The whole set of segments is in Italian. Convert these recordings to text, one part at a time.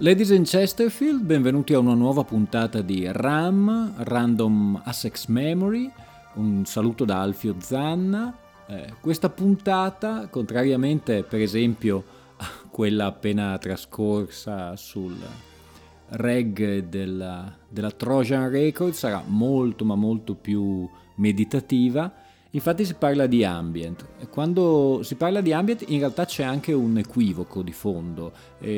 Ladies and Chesterfield, benvenuti a una nuova puntata di RAM, Random Access Memory. Un saluto da Alfio Zanna. Questa puntata, contrariamente per esempio a quella appena trascorsa sul reg della Trojan Records, sarà molto ma molto più meditativa. Infatti si parla di ambient. Quando si parla di ambient in realtà c'è anche un equivoco di fondo.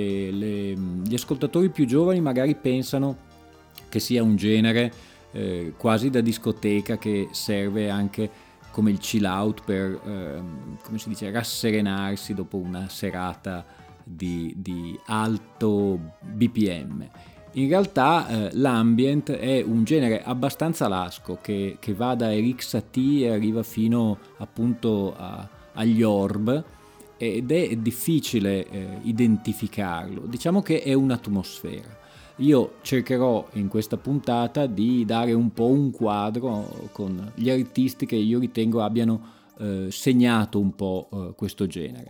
Gli ascoltatori più giovani magari pensano che sia un genere quasi da discoteca, che serve anche come il chill out per come si dice, rasserenarsi dopo una serata di alto BPM. In realtà l'ambient è un genere abbastanza lasco che va da Eric Satie e arriva fino appunto agli Orb, ed è difficile identificarlo. Diciamo che è un'atmosfera. Io cercherò in questa puntata di dare un po' un quadro con gli artisti che io ritengo abbiano segnato un po' questo genere.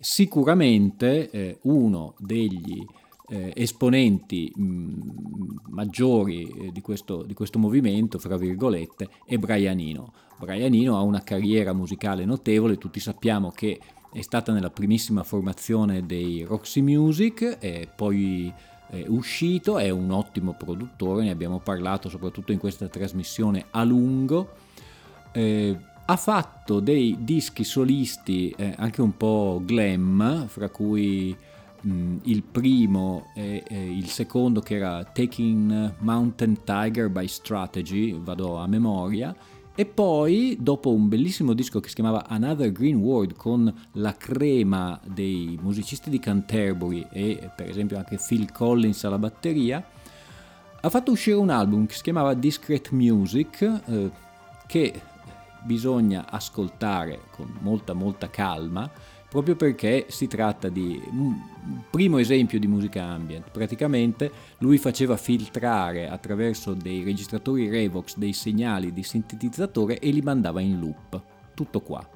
Sicuramente uno degli esponenti maggiori di questo movimento, fra virgolette, è Brian Eno. Brian Eno ha una carriera musicale notevole. Tutti sappiamo che è stata nella primissima formazione dei Roxy Music e poi è uscito, è un ottimo produttore, ne abbiamo parlato soprattutto in questa trasmissione a lungo. Ha fatto dei dischi solisti anche un po' glam, fra cui il primo e il secondo, che era Taking Mountain Tiger by Strategy, vado a memoria, e poi dopo un bellissimo disco che si chiamava Another Green World con la crema dei musicisti di Canterbury e per esempio anche Phil Collins alla batteria, ha fatto uscire un album che si chiamava Discreet Music, che bisogna ascoltare con molta calma, proprio perché si tratta di un primo esempio di musica ambient. Praticamente lui faceva filtrare attraverso dei registratori Revox dei segnali di sintetizzatore e li mandava in loop. Tutto qua.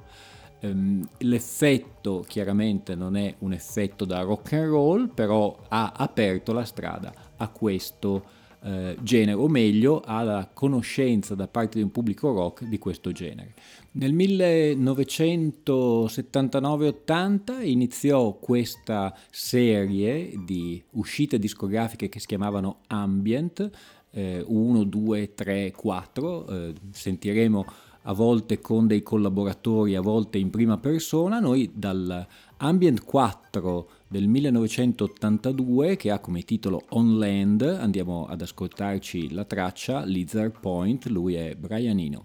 L'effetto chiaramente non è un effetto da rock and roll, però ha aperto la strada a questo genere, o meglio alla conoscenza da parte di un pubblico rock di questo genere. Nel 1979-80 iniziò questa serie di uscite discografiche che si chiamavano Ambient, 1, 2, 3, 4, sentiremo a volte con dei collaboratori, a volte in prima persona. Noi dal Ambient 4 del 1982, che ha come titolo On Land, andiamo ad ascoltarci la traccia Lizard Point. Lui è Brian Eno.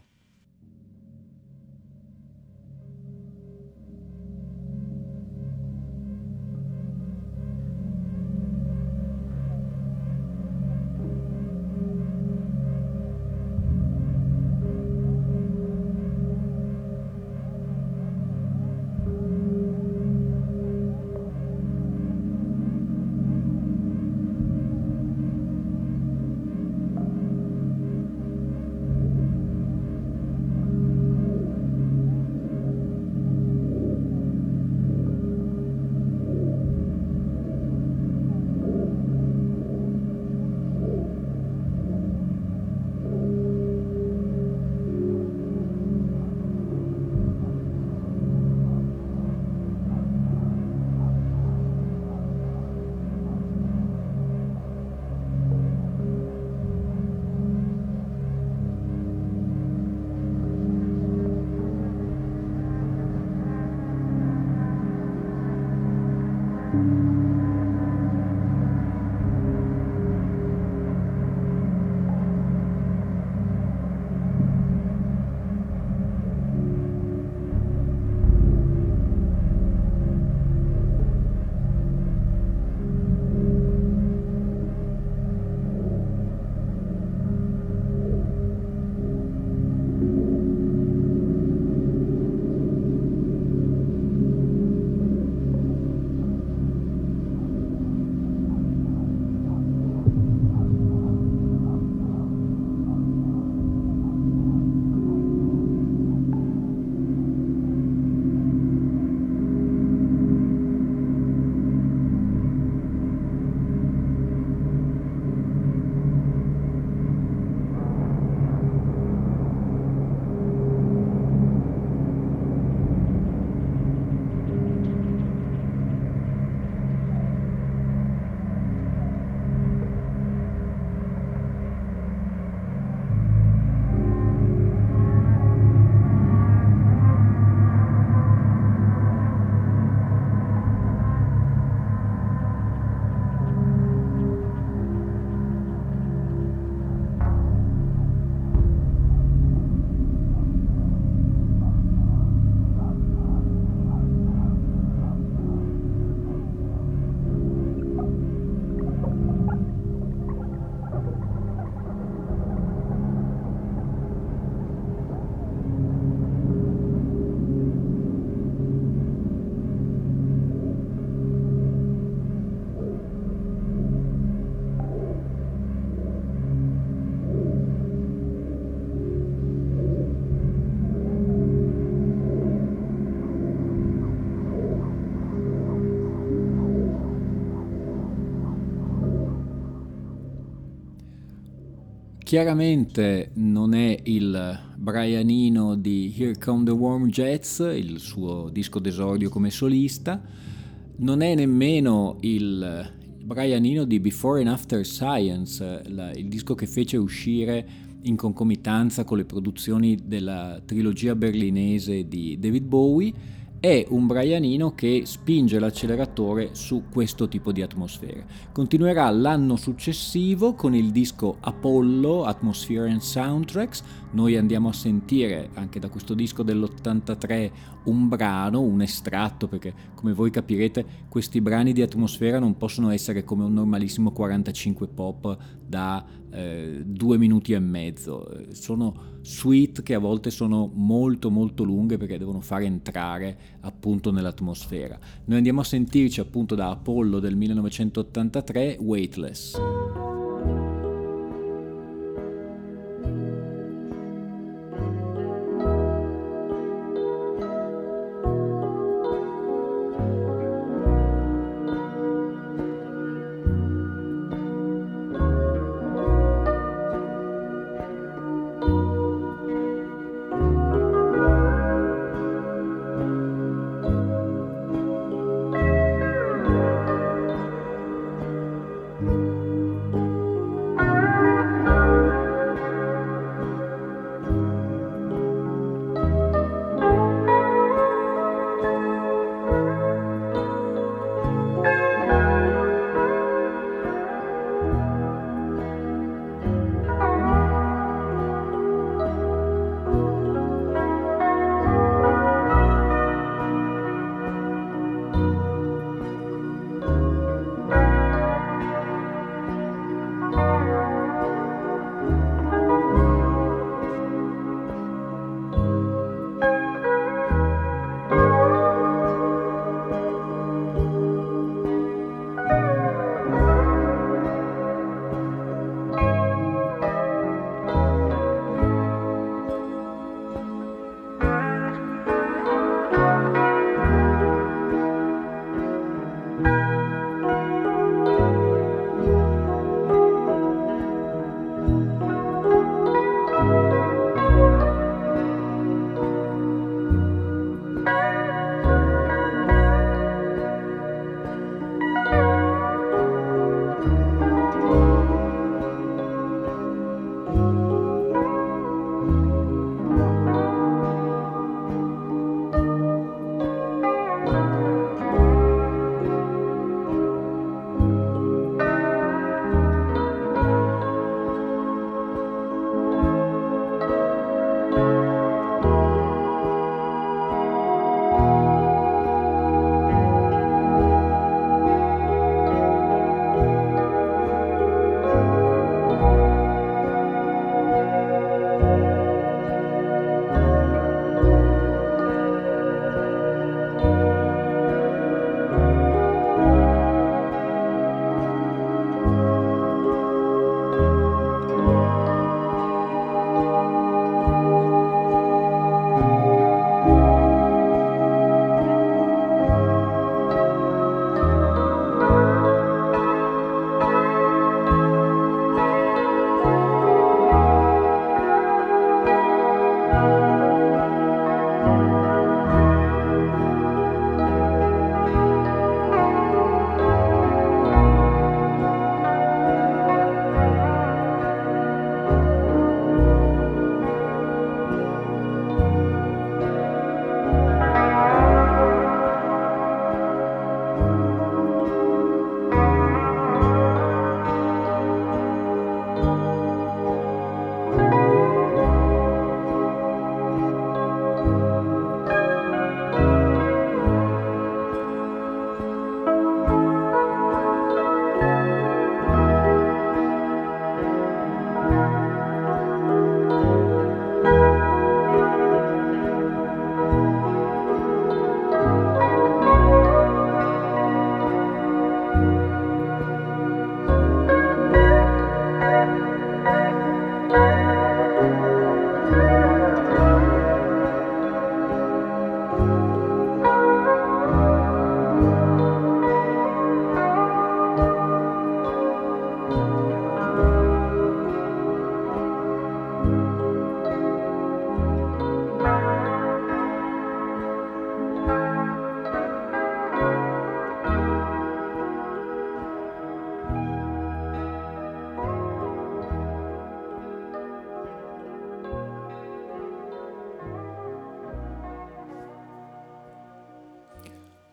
Chiaramente non è il Brianino di Here Come the Warm Jets, il suo disco d'esordio come solista, non è nemmeno il Brianino di Before and After Science, il disco che fece uscire in concomitanza con le produzioni della trilogia berlinese di David Bowie. È un Brianino che spinge l'acceleratore su questo tipo di atmosfere. Continuerà l'anno successivo con il disco Apollo, Atmosphere and Soundtracks. Noi andiamo a sentire anche da questo disco dell'83 un brano, un estratto, perché come voi capirete questi brani di atmosfera non possono essere come un normalissimo 45 pop da 2 minuti e mezzo. Sono suite che a volte sono molto molto lunghe perché devono fare entrare appunto nell'atmosfera. Noi andiamo a sentirci appunto da Apollo del 1983, Weightless.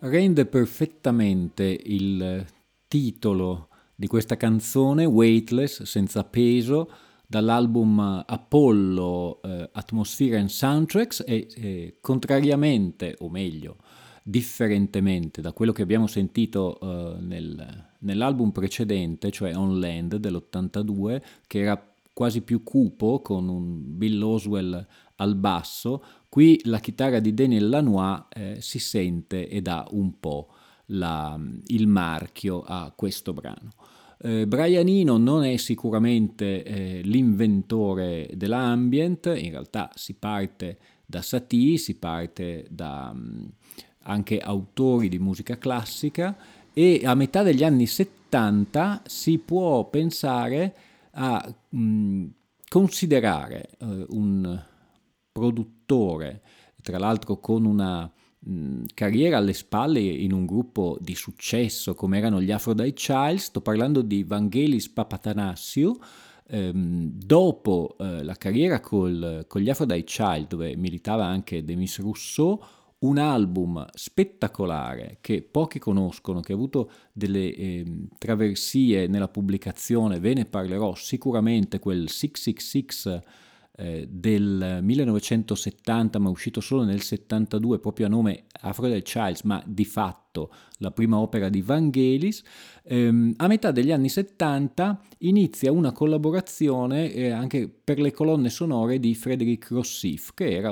rende perfettamente il titolo di questa canzone, Weightless, senza peso, dall'album Apollo Atmosphere and Soundtracks e contrariamente, o meglio, differentemente da quello che abbiamo sentito nell'album precedente, cioè On Land dell'82, che era quasi più cupo con un Bill Oswell al basso, qui la chitarra di Daniel Lanois si sente e dà un po' il marchio a questo brano. Brian Eno non è sicuramente l'inventore dell'ambient, in realtà si parte da Satie, si parte da anche autori di musica classica e a metà degli anni 70 si può pensare a considerare un produttore, tra l'altro con una carriera alle spalle in un gruppo di successo come erano gli Aphrodite Child, sto parlando di Vangelis Papathanassiou. Dopo la carriera con gli Aphrodite Child, dove militava anche Demis Rousseau, un album spettacolare che pochi conoscono, che ha avuto delle traversie nella pubblicazione, ve ne parlerò sicuramente, quel 666 del 1970, ma uscito solo nel 72, proprio a nome Aphrodite Childs, ma di fatto la prima opera di Vangelis. A metà degli anni 70 inizia una collaborazione anche per le colonne sonore di Frédéric Rossif, che era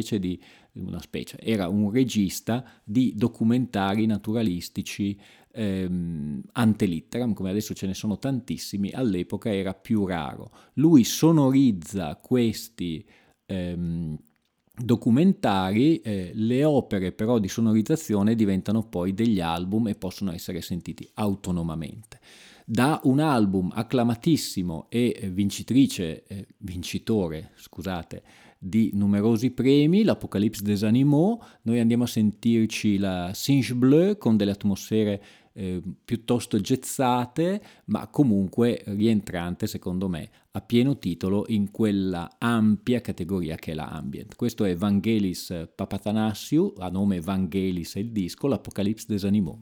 era un regista di documentari naturalistici ante litteram, come adesso ce ne sono tantissimi, all'epoca era più raro. Lui sonorizza questi documentari, le opere però di sonorizzazione diventano poi degli album e possono essere sentiti autonomamente. Da un album acclamatissimo e vincitore, scusate, di numerosi premi, l'Apocalypse des Animaux, noi andiamo a sentirci la Singe Bleu con delle atmosfere piuttosto gezzate, ma comunque rientrante, secondo me, a pieno titolo in quella ampia categoria che è la ambient. Questo è Vangelis Papathanassiou, a nome Vangelis è il disco, l'Apocalypse des Animaux.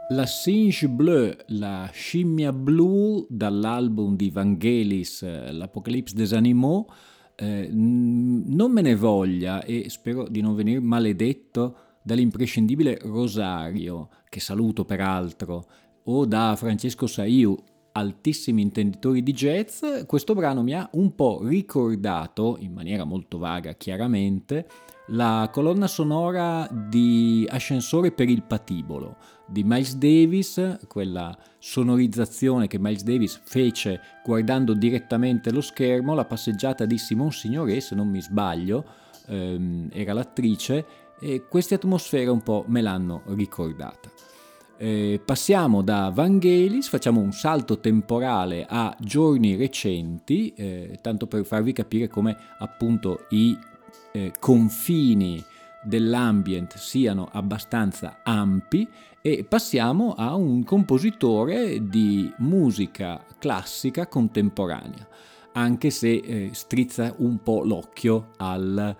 La Singe Bleue, la scimmia blu dall'album di Vangelis, l'Apocalypse des Animaux, non me ne voglia e spero di non venire maledetto dall'imprescindibile Rosario, che saluto peraltro, o da Francesco Saiu, altissimi intenditori di jazz. Questo brano mi ha un po' ricordato, in maniera molto vaga chiaramente, la colonna sonora di Ascensore per il patibolo di Miles Davis, quella sonorizzazione che Miles Davis fece guardando direttamente lo schermo, la passeggiata di Simone Signoret, se non mi sbaglio, era l'attrice, e queste atmosfere un po' me l'hanno ricordata. Passiamo da Vangelis, facciamo un salto temporale a giorni recenti, tanto per farvi capire come appunto i confini dell'ambient siano abbastanza ampi, e passiamo a un compositore di musica classica contemporanea, anche se strizza un po' l'occhio al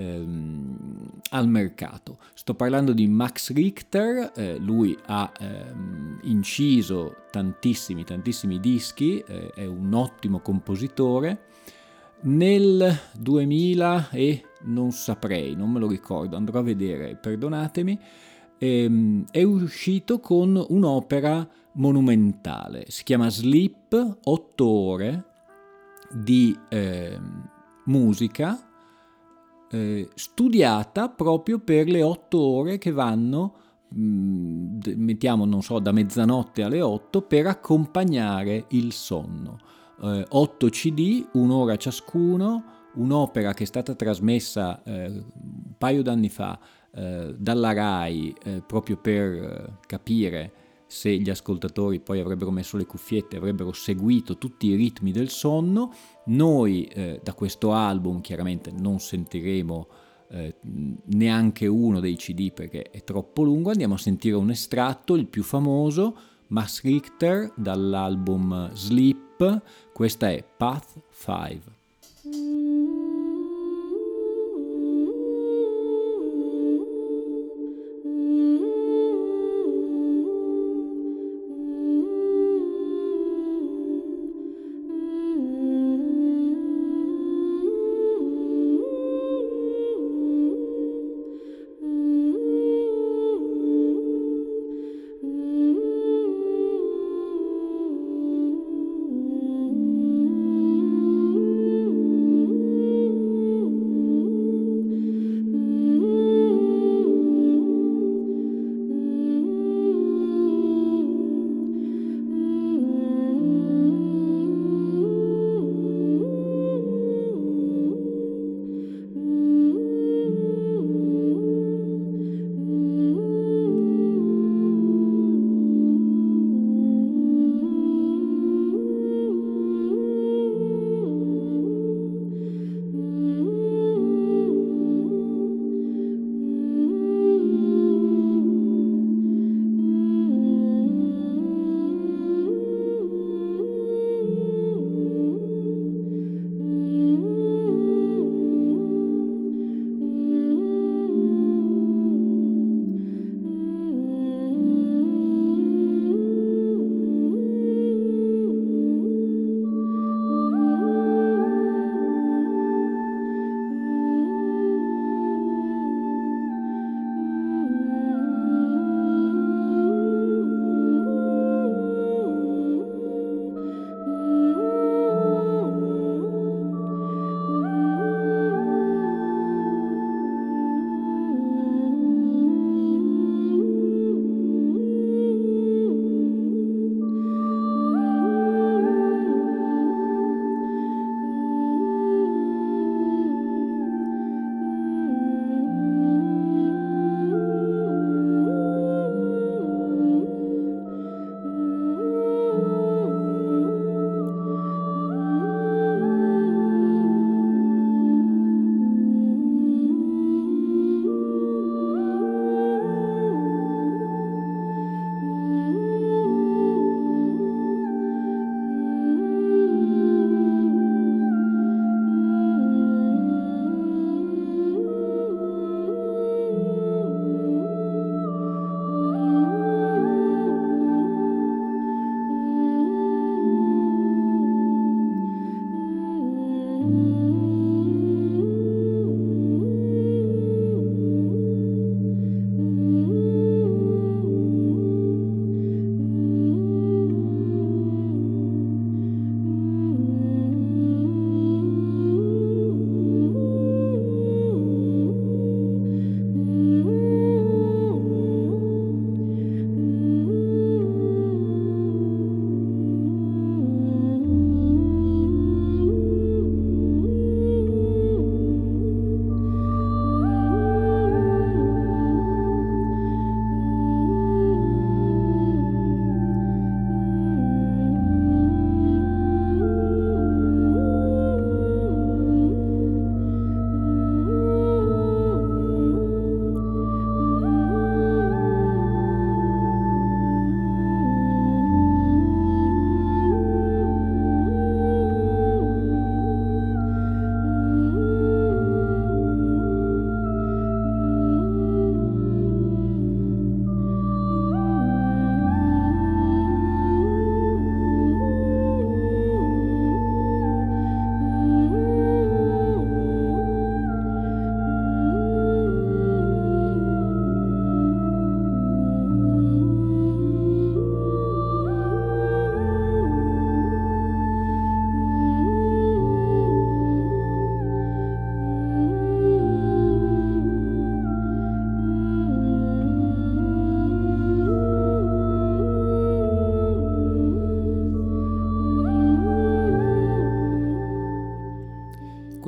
mercato. Sto parlando di Max Richter, lui ha inciso tantissimi dischi, è un ottimo compositore. Nel 2000 e non saprei, non me lo ricordo, andrò a vedere, perdonatemi, è uscito con un'opera monumentale, si chiama Sleep, 8 ore di musica studiata proprio per le 8 ore che vanno, mettiamo, non so, da mezzanotte alle 8 per accompagnare il sonno. 8 CD, un'ora ciascuno, un'opera che è stata trasmessa un paio d'anni fa dalla RAI proprio per capire se gli ascoltatori poi avrebbero messo le cuffiette, avrebbero seguito tutti i ritmi del sonno. Noi da questo album chiaramente non sentiremo neanche uno dei CD perché è troppo lungo, andiamo a sentire un estratto, il più famoso, Max Richter dall'album Sleep, questa è Path 5.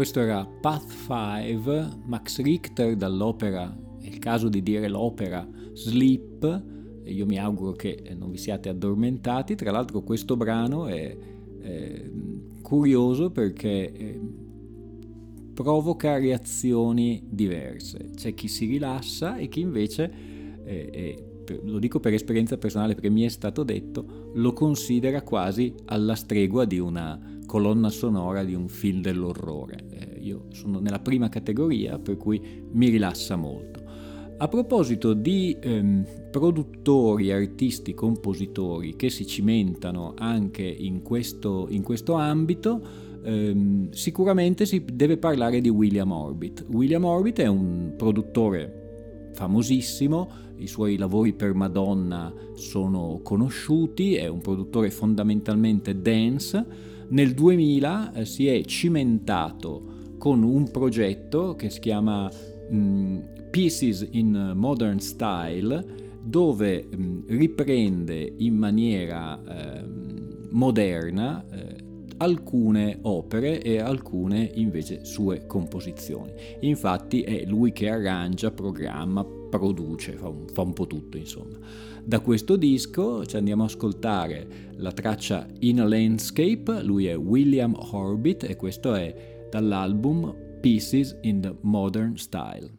Questo era Path 5, Max Richter dall'opera, è il caso di dire l'opera, Sleep. Io mi auguro che non vi siate addormentati. Tra l'altro questo brano è curioso perché provoca reazioni diverse. C'è chi si rilassa e chi invece, lo dico per esperienza personale perché mi è stato detto, lo considera quasi alla stregua di una colonna sonora di un film dell'orrore. Io sono nella prima categoria, per cui mi rilassa molto. A proposito di produttori, artisti, compositori che si cimentano anche in questo ambito, sicuramente si deve parlare di William Orbit. William Orbit è un produttore famosissimo, i suoi lavori per Madonna sono conosciuti, è un produttore fondamentalmente dance. Nel 2000 si è cimentato con un progetto che si chiama Pieces in Modern Style, dove riprende in maniera moderna alcune opere e alcune invece sue composizioni. Infatti è lui che arrangia, programma, produce, fa un po' tutto, insomma. Da questo disco ci andiamo ad ascoltare la traccia In a Landscape. Lui è William Orbit e questo è dall'album Pieces in the Modern Style.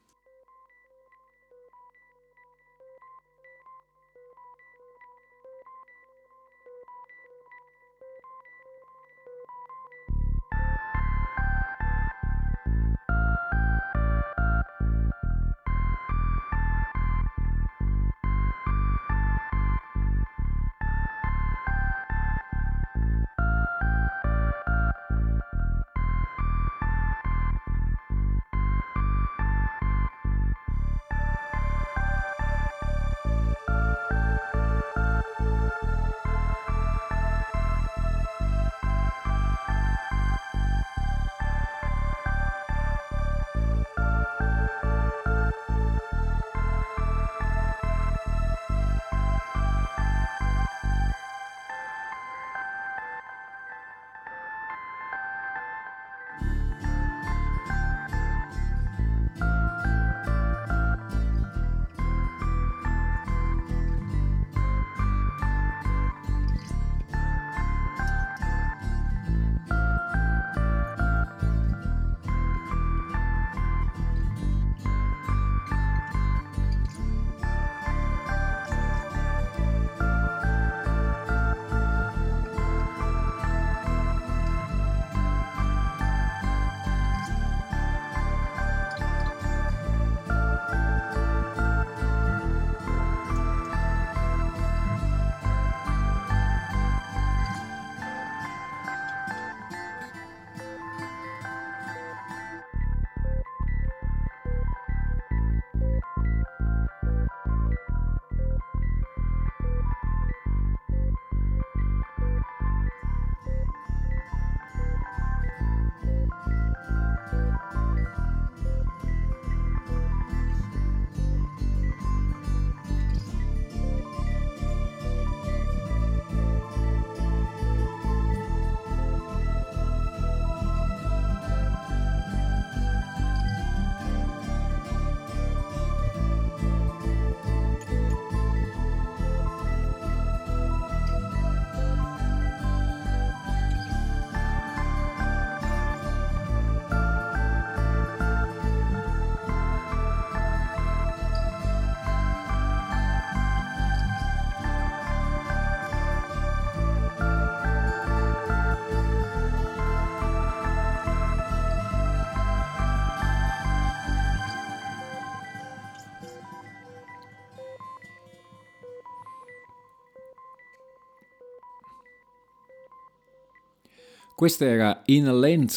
Questo era In a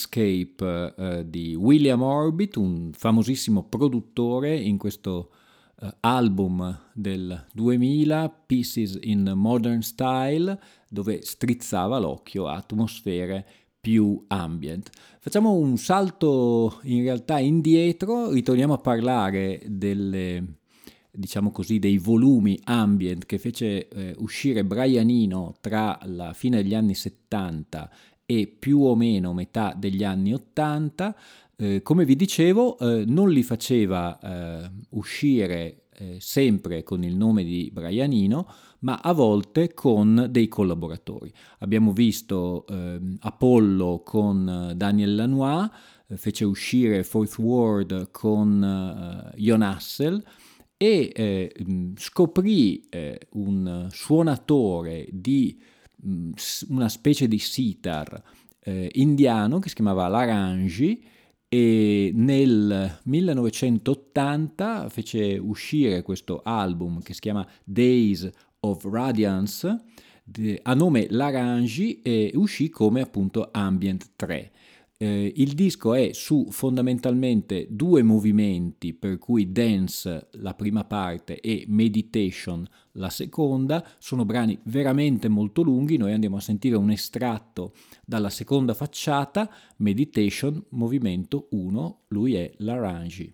Landscape di William Orbit, un famosissimo produttore in questo album del 2000, Pieces in Modern Style, dove strizzava l'occhio a atmosfere più ambient. Facciamo un salto in realtà indietro, ritorniamo a parlare diciamo così, dei volumi ambient che fece uscire Brian Eno tra la fine degli anni 70 e più o meno metà degli anni 80. Come vi dicevo, non li faceva uscire sempre con il nome di Brian Eno, ma a volte con dei collaboratori. Abbiamo visto Apollo con Daniel Lanois, fece uscire Fourth Ward con Jon Hassel, e scoprì un suonatore di una specie di sitar indiano che si chiamava Laranji, e nel 1980 fece uscire questo album che si chiama Days of Radiance a nome Laranji, e uscì come appunto Ambient 3. Il disco è su fondamentalmente due movimenti, per cui Dance la prima parte e Meditation la seconda. Sono brani veramente molto lunghi. Noi andiamo a sentire un estratto dalla seconda facciata, Meditation, movimento 1, lui è Laranji.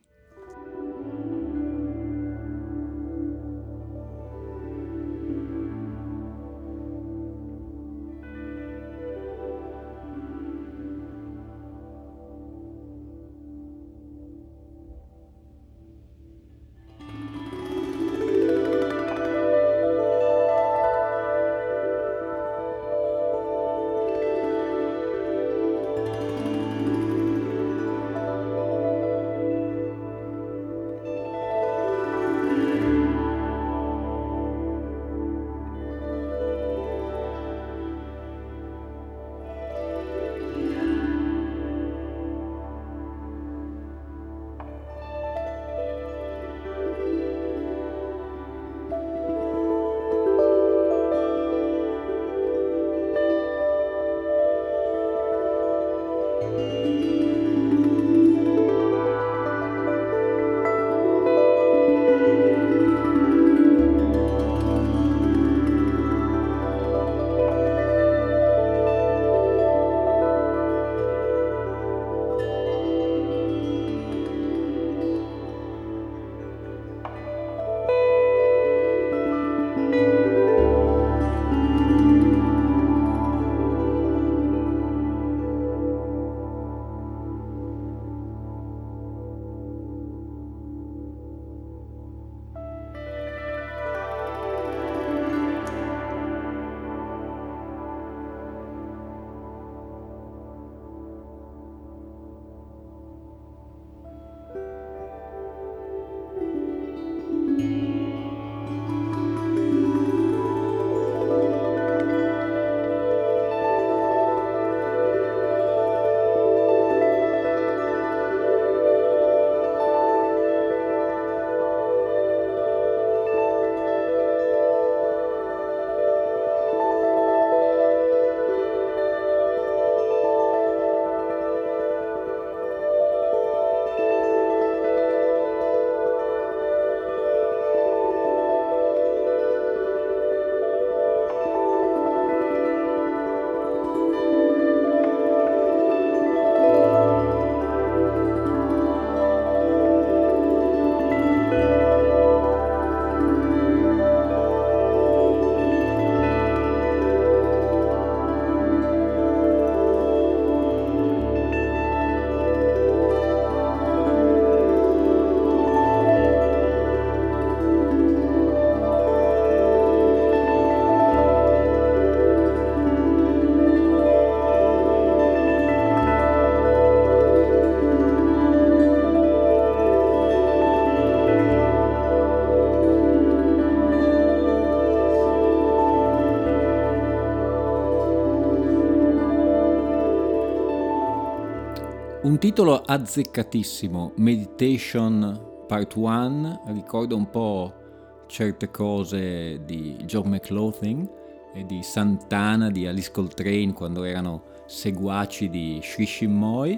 Un titolo azzeccatissimo, Meditation Part 1, ricorda un po' certe cose di John McLaughlin e di Santana, di Alice Coltrane, quando erano seguaci di Sri Chinmoy.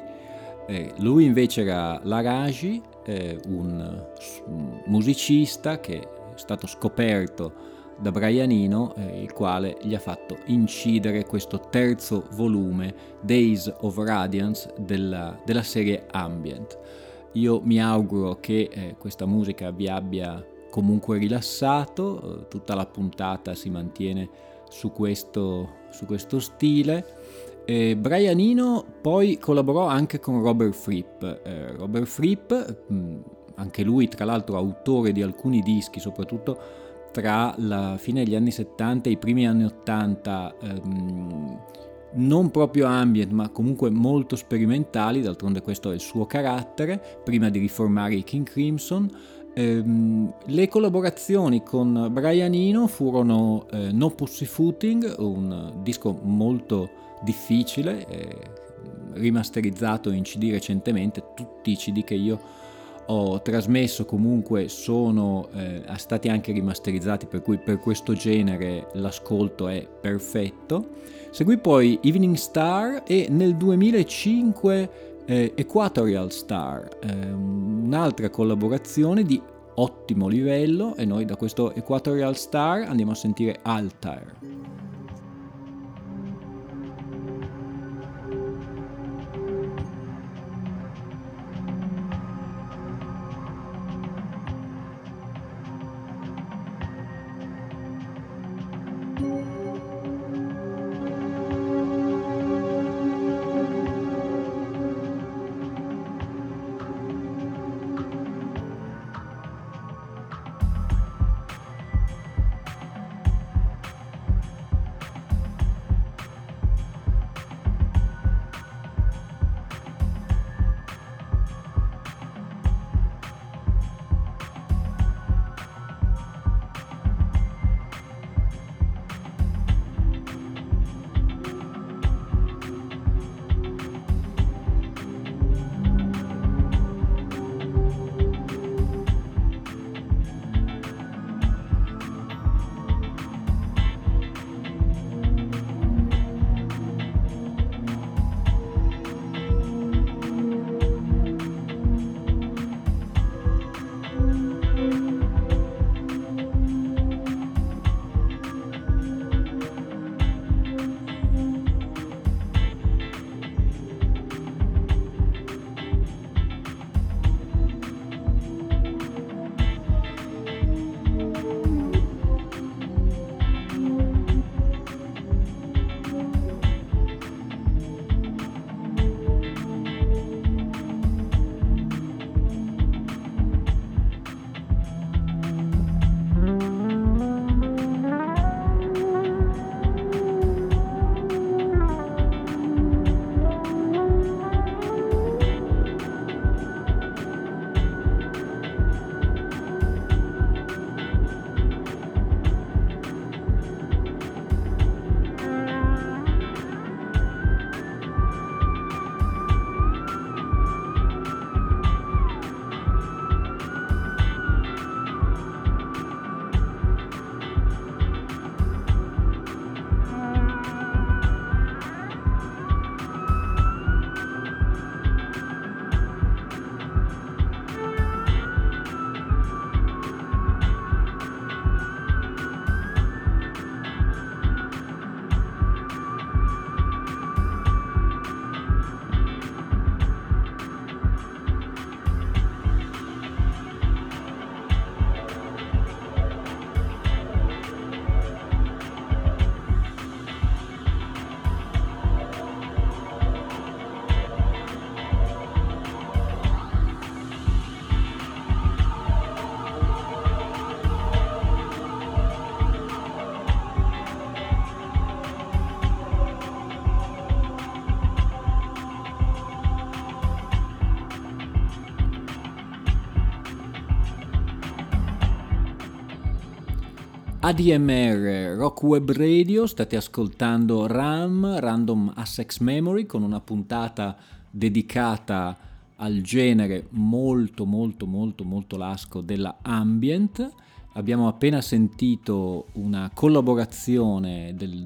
Lui invece era Laranji, un musicista che è stato scoperto da Brian Eno, il quale gli ha fatto incidere questo terzo volume, Days of Radiance, della serie Ambient. Io mi auguro che questa musica vi abbia comunque rilassato. Tutta la puntata si mantiene su questo stile, Brian Eno poi collaborò anche con Robert Fripp. Robert Fripp, anche lui tra l'altro autore di alcuni dischi, soprattutto tra la fine degli anni 70 e i primi anni 80, non proprio ambient ma comunque molto sperimentali, d'altronde questo è il suo carattere, prima di riformare i King Crimson. Le collaborazioni con Brian Eno furono No Pussyfooting, un disco molto difficile, rimasterizzato in CD recentemente. Tutti i CD che io ho trasmesso comunque sono stati anche rimasterizzati, per cui per questo genere l'ascolto è perfetto. Seguì poi Evening Star e nel 2005 Equatorial Star, un'altra collaborazione di ottimo livello, e noi da questo Equatorial Star andiamo a sentire Altar. ADMR Rock Web Radio, state ascoltando RAM, Random Access Memory, con una puntata dedicata al genere molto lasco della ambient. Abbiamo appena sentito una collaborazione del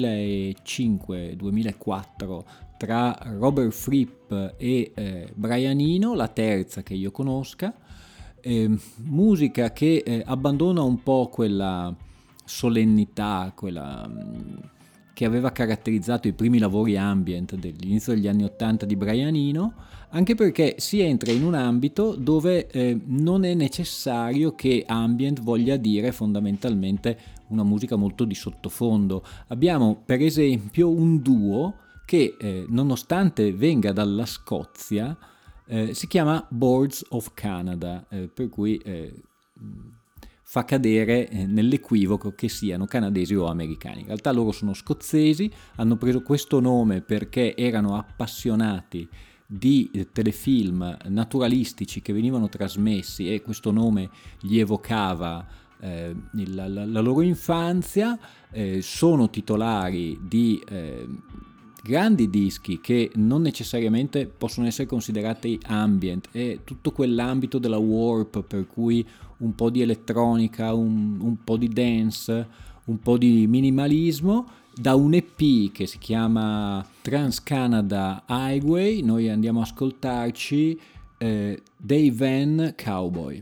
2005-2004 tra Robert Fripp e Brian Eno, la terza che io conosca. Musica che abbandona un po' quella solennità, quella che aveva caratterizzato i primi lavori ambient dell'inizio degli anni 80 di Brian Eno, anche perché si entra in un ambito dove non è necessario che ambient voglia dire fondamentalmente una musica molto di sottofondo. Abbiamo per esempio un duo che nonostante venga dalla Scozia si chiama Boards of Canada, per cui fa cadere nell'equivoco che siano canadesi o americani. In realtà loro sono scozzesi, hanno preso questo nome perché erano appassionati di telefilm naturalistici che venivano trasmessi e questo nome gli evocava la loro infanzia. Sono titolari di grandi dischi che non necessariamente possono essere considerati ambient, e tutto quell'ambito della warp, per cui un po' di elettronica, un po' di dance, un po' di minimalismo. Da un EP che si chiama Trans-Canada Highway noi andiamo a ascoltarci Dave Van Cowboy.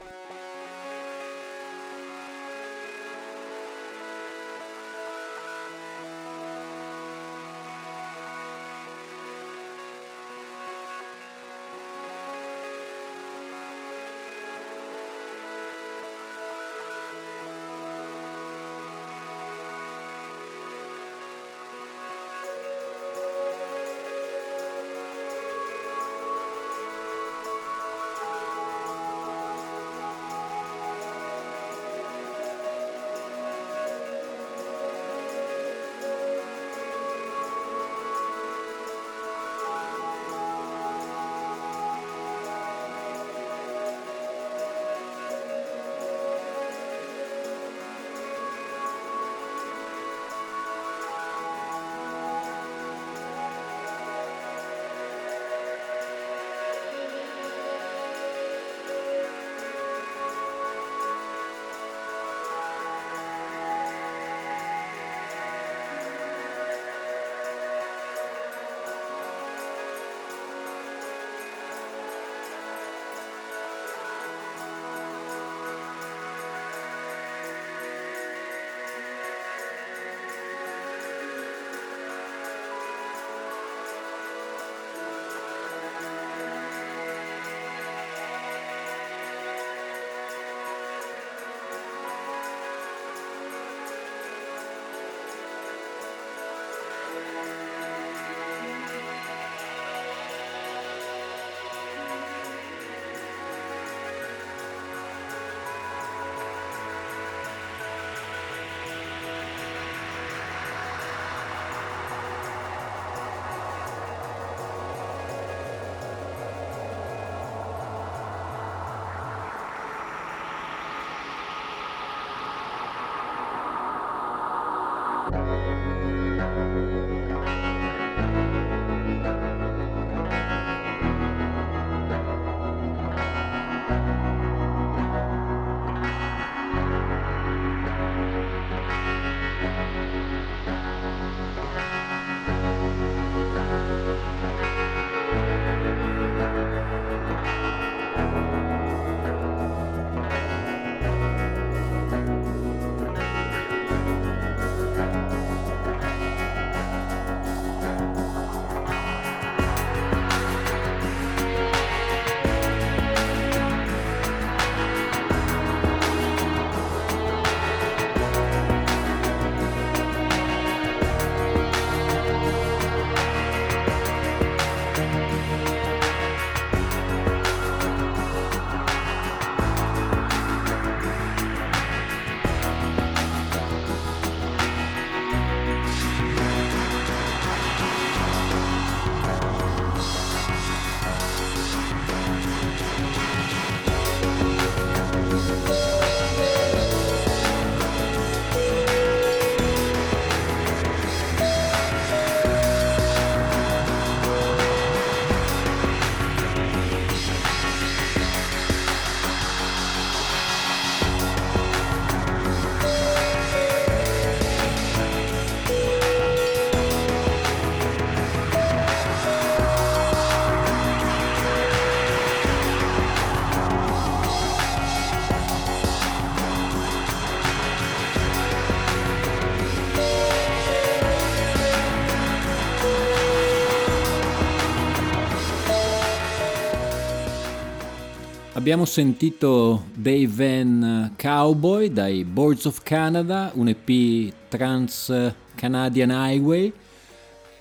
Abbiamo sentito Dave Van Cowboy dai Boards of Canada, un EP Trans Canadian Highway.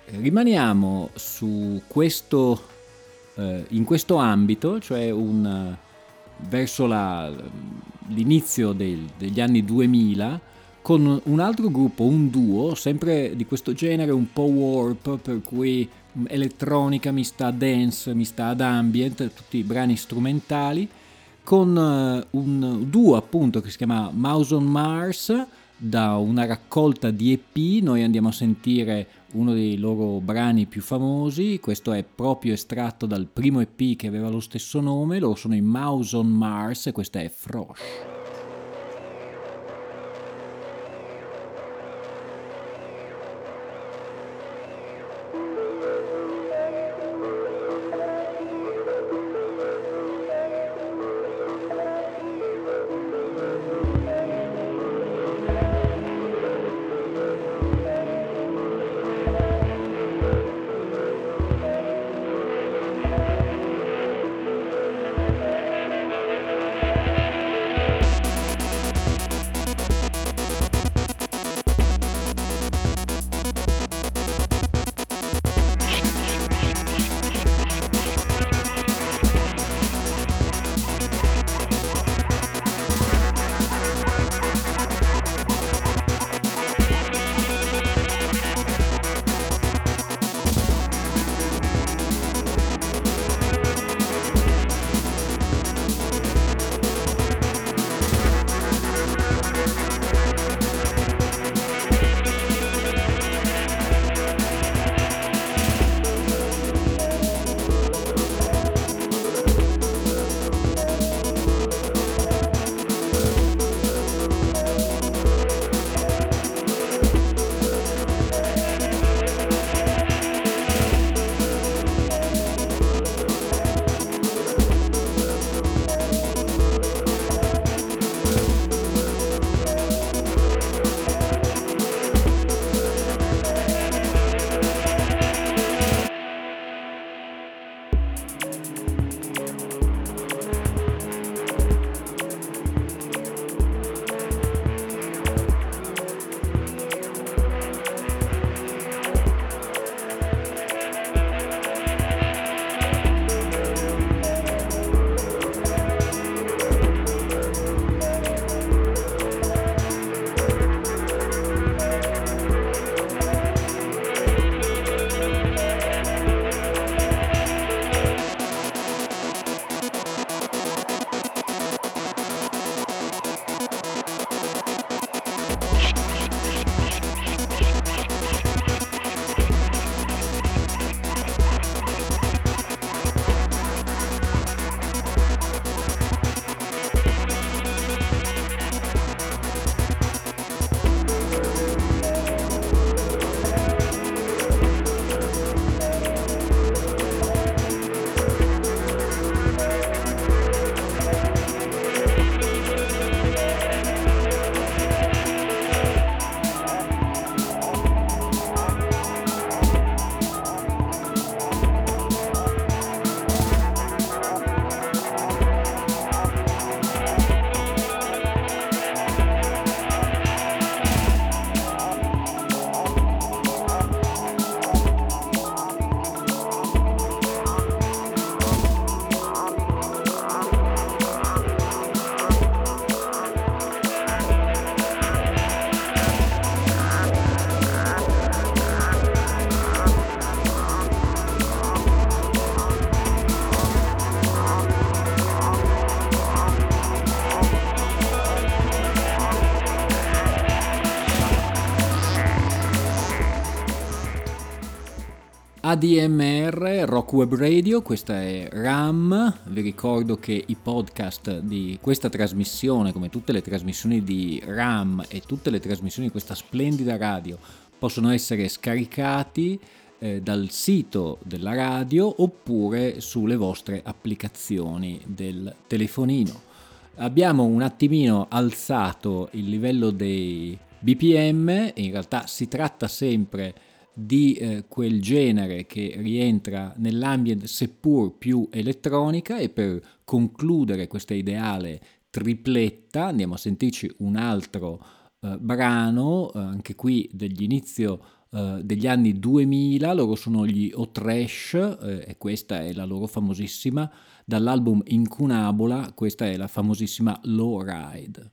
rimaniamo su questo, in questo ambito, cioè verso l'inizio degli anni 2000, con un altro gruppo, un duo, sempre di questo genere un po' warp, per cui elettronica mista a dance, mista ad ambient, tutti i brani strumentali, con un duo appunto che si chiama Mouse on Mars. Da una raccolta di EP noi andiamo a sentire uno dei loro brani più famosi. Questo è proprio estratto dal primo EP che aveva lo stesso nome. Loro sono i Mouse on Mars e questa è Frosh. ADMR, Rock Web Radio, questa è RAM. Vi ricordo che i podcast di questa trasmissione, come tutte le trasmissioni di RAM e tutte le trasmissioni di questa splendida radio, possono essere scaricati dal sito della radio oppure sulle vostre applicazioni del telefonino. Abbiamo un attimino alzato il livello dei BPM, in realtà si tratta sempre di quel genere che rientra nell'ambient seppur più elettronica, e per concludere questa ideale tripletta andiamo a sentirci un altro brano, anche qui dell'inizio degli anni 2000, loro sono gli O-Trash e questa è la loro famosissima, dall'album Incunabula, questa è la famosissima Low Ride.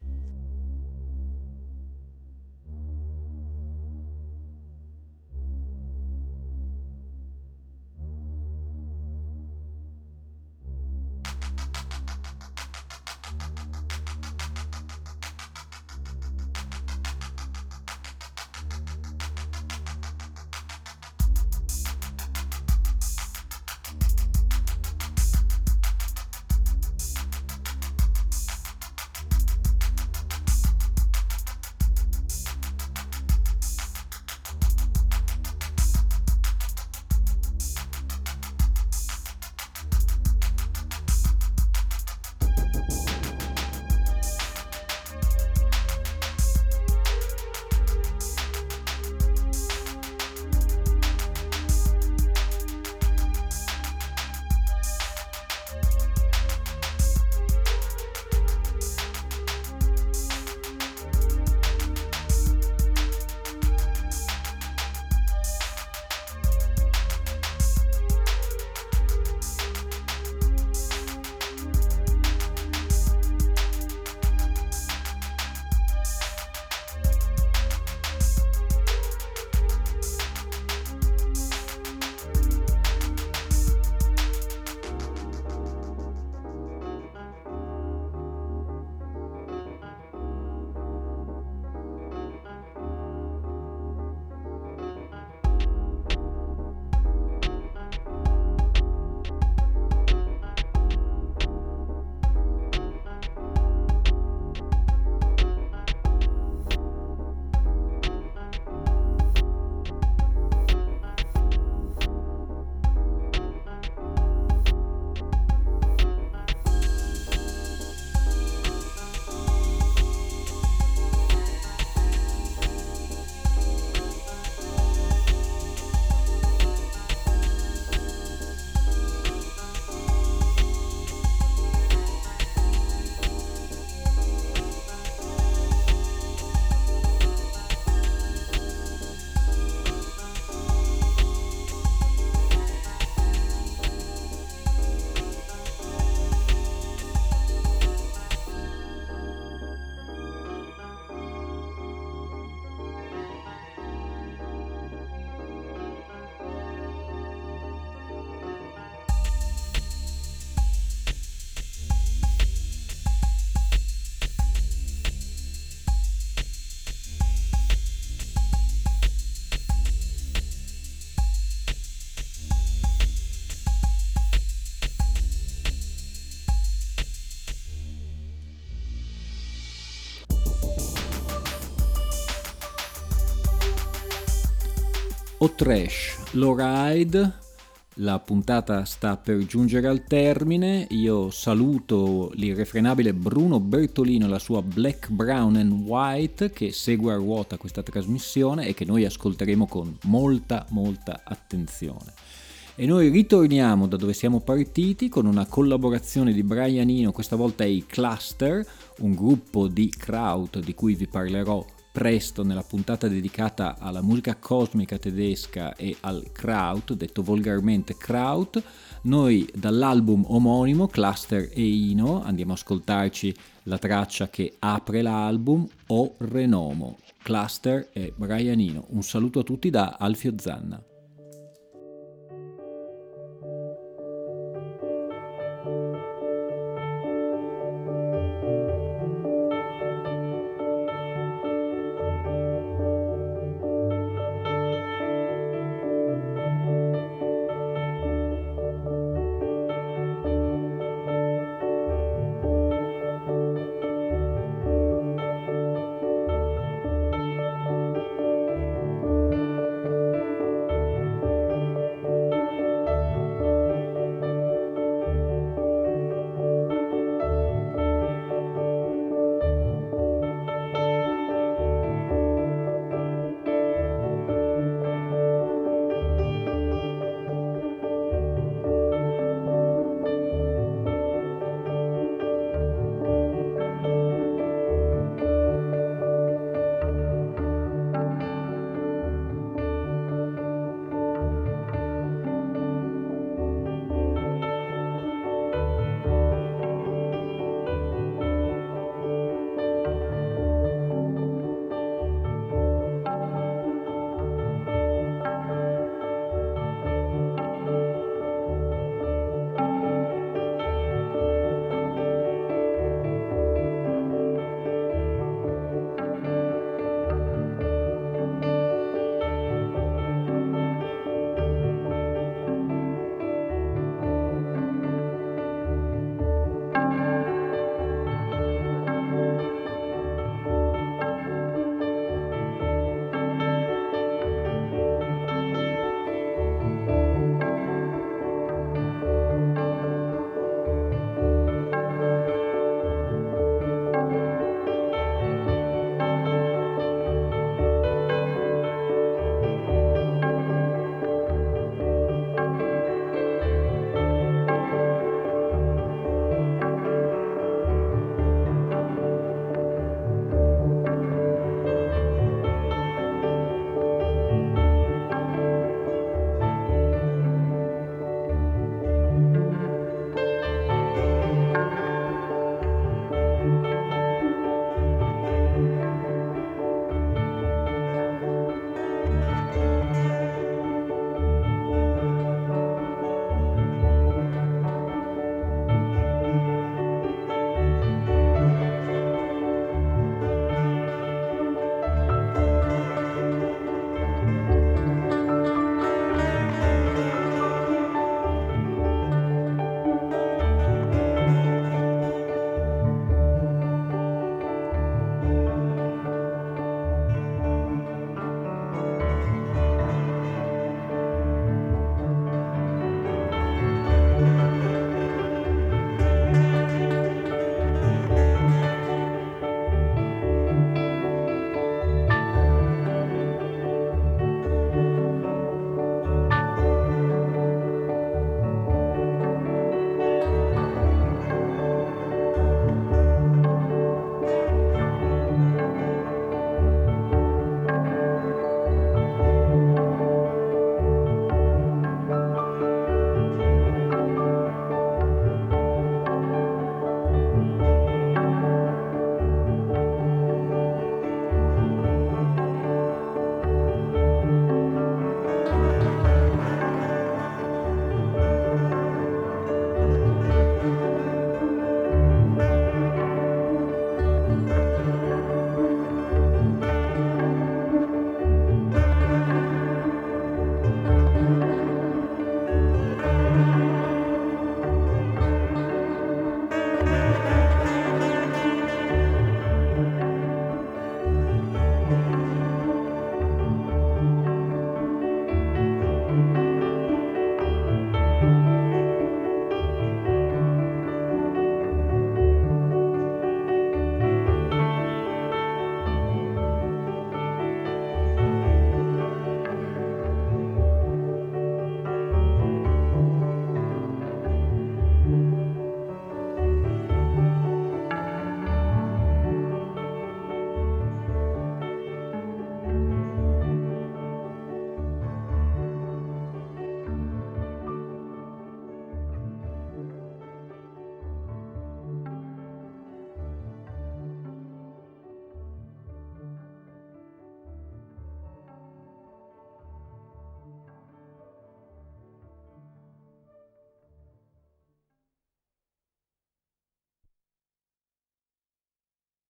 O-Trash, Low Ride, la puntata sta per giungere al termine. Io saluto l'irrefrenabile Bruno Bertolino e la sua Black, Brown and White che segue a ruota questa trasmissione e che noi ascolteremo con molta attenzione. E noi ritorniamo da dove siamo partiti con una collaborazione di Brian Eno, questa volta è i Cluster, un gruppo di kraut di cui vi parlerò presto nella puntata dedicata alla musica cosmica tedesca e al kraut, detto volgarmente kraut. Noi dall'album omonimo Cluster e Eno andiamo a ascoltarci la traccia che apre l'album, O Renomo. Cluster e Brian Eno. Un saluto a tutti da Alfio Zanna.